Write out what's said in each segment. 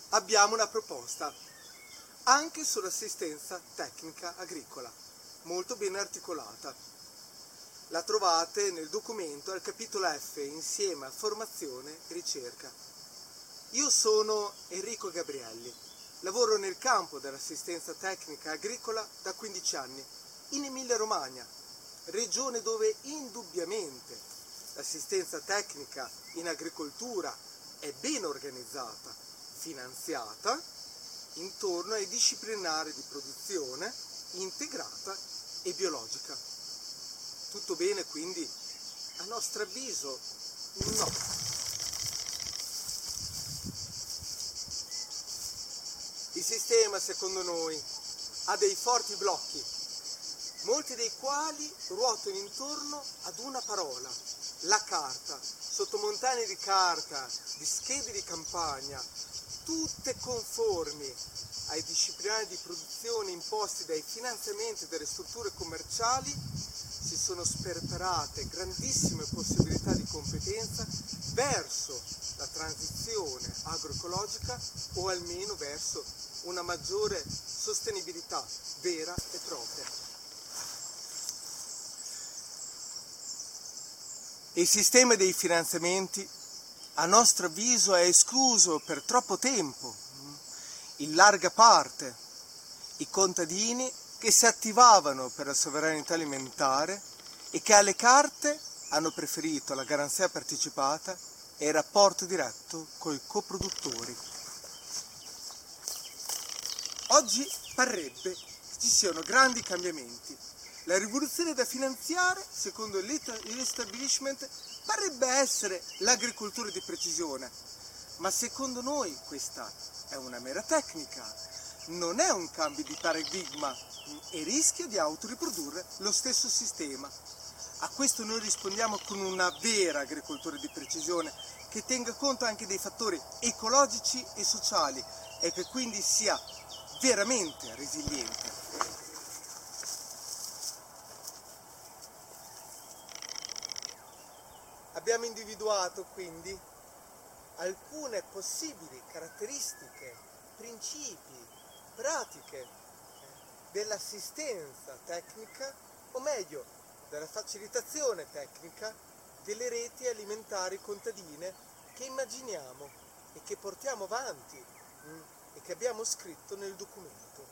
abbiamo una proposta anche sull'assistenza tecnica agricola, molto ben articolata. La trovate nel documento al capitolo F insieme a formazione e ricerca. Io sono Enrico Gabrielli, lavoro nel campo dell'assistenza tecnica agricola da 15 anni in Emilia-Romagna, regione dove indubbiamente l'assistenza tecnica in agricoltura è ben organizzata, finanziata, intorno ai disciplinari di produzione integrata e biologica. Tutto bene quindi? A nostro avviso no. Il sistema, secondo noi, ha dei forti blocchi, molti dei quali ruotano intorno ad una parola, la carta, sottomontane di carta, di schede di campagna, tutte conformi ai disciplinari di produzione imposti dai finanziamenti delle strutture commerciali. Si sono sperperate grandissime possibilità di competenza verso la transizione agroecologica o almeno verso una maggiore sostenibilità vera e propria. Il sistema dei finanziamenti, a nostro avviso, è escluso per troppo tempo, in larga parte, i contadini che si attivavano per la sovranità alimentare e che alle carte hanno preferito la garanzia partecipata e il rapporto diretto coi coproduttori. Oggi parrebbe ci siano grandi cambiamenti. La rivoluzione da finanziare, secondo l'establishment, parrebbe essere l'agricoltura di precisione, ma secondo noi questa è una mera tecnica, non è un cambio di paradigma e rischia di autoriprodurre lo stesso sistema. A questo noi rispondiamo con una vera agricoltura di precisione che tenga conto anche dei fattori ecologici e sociali e che quindi sia veramente resiliente. Abbiamo individuato quindi alcune possibili caratteristiche, principi, pratiche dell'assistenza tecnica, o meglio, della facilitazione tecnica delle reti alimentari contadine che immaginiamo e che portiamo avanti e che abbiamo scritto nel documento.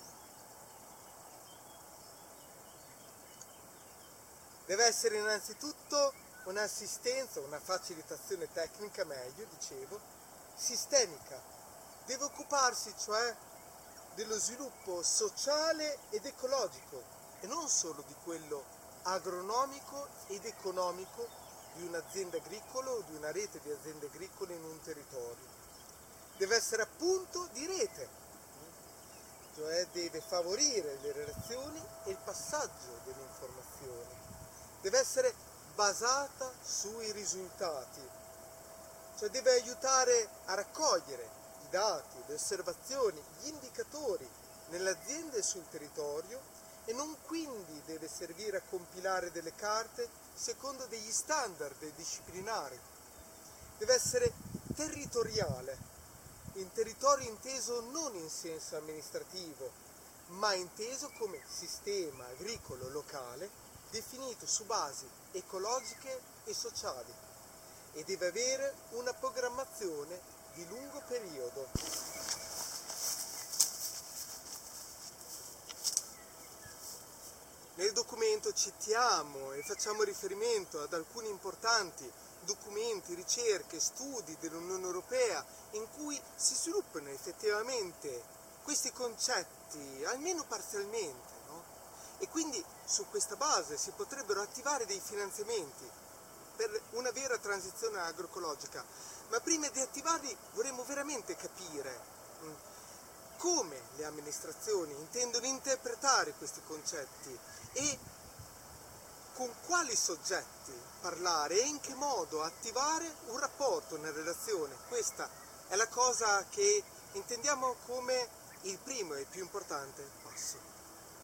Deve essere innanzitutto un'assistenza, una facilitazione tecnica, meglio, dicevo, sistemica. Deve occuparsi cioè dello sviluppo sociale ed ecologico e non solo di quello agronomico ed economico di un'azienda agricola o di una rete di aziende agricole in un territorio. Deve essere appunto di rete, cioè deve favorire le relazioni e il passaggio delle informazioni. Deve essere basata sui risultati, cioè deve aiutare a raccogliere i dati, le osservazioni, gli indicatori nell'azienda e sul territorio e non quindi deve servire a compilare delle carte secondo degli standard disciplinari. Deve essere territoriale, in territorio inteso non in senso amministrativo, ma inteso come sistema agricolo locale definito su basi ecologiche e sociali e deve avere una programmazione di lungo periodo. Nel documento citiamo e facciamo riferimento ad alcuni importanti documenti, ricerche, studi dell'Unione Europea in cui si sviluppano effettivamente questi concetti, almeno parzialmente, no? E quindi su questa base si potrebbero attivare dei finanziamenti per una vera transizione agroecologica. Ma prima di attivarli vorremmo veramente capire come le amministrazioni intendono interpretare questi concetti e con quali soggetti parlare e in che modo attivare un rapporto, una relazione. Questa è la cosa che intendiamo come il primo e più importante passo.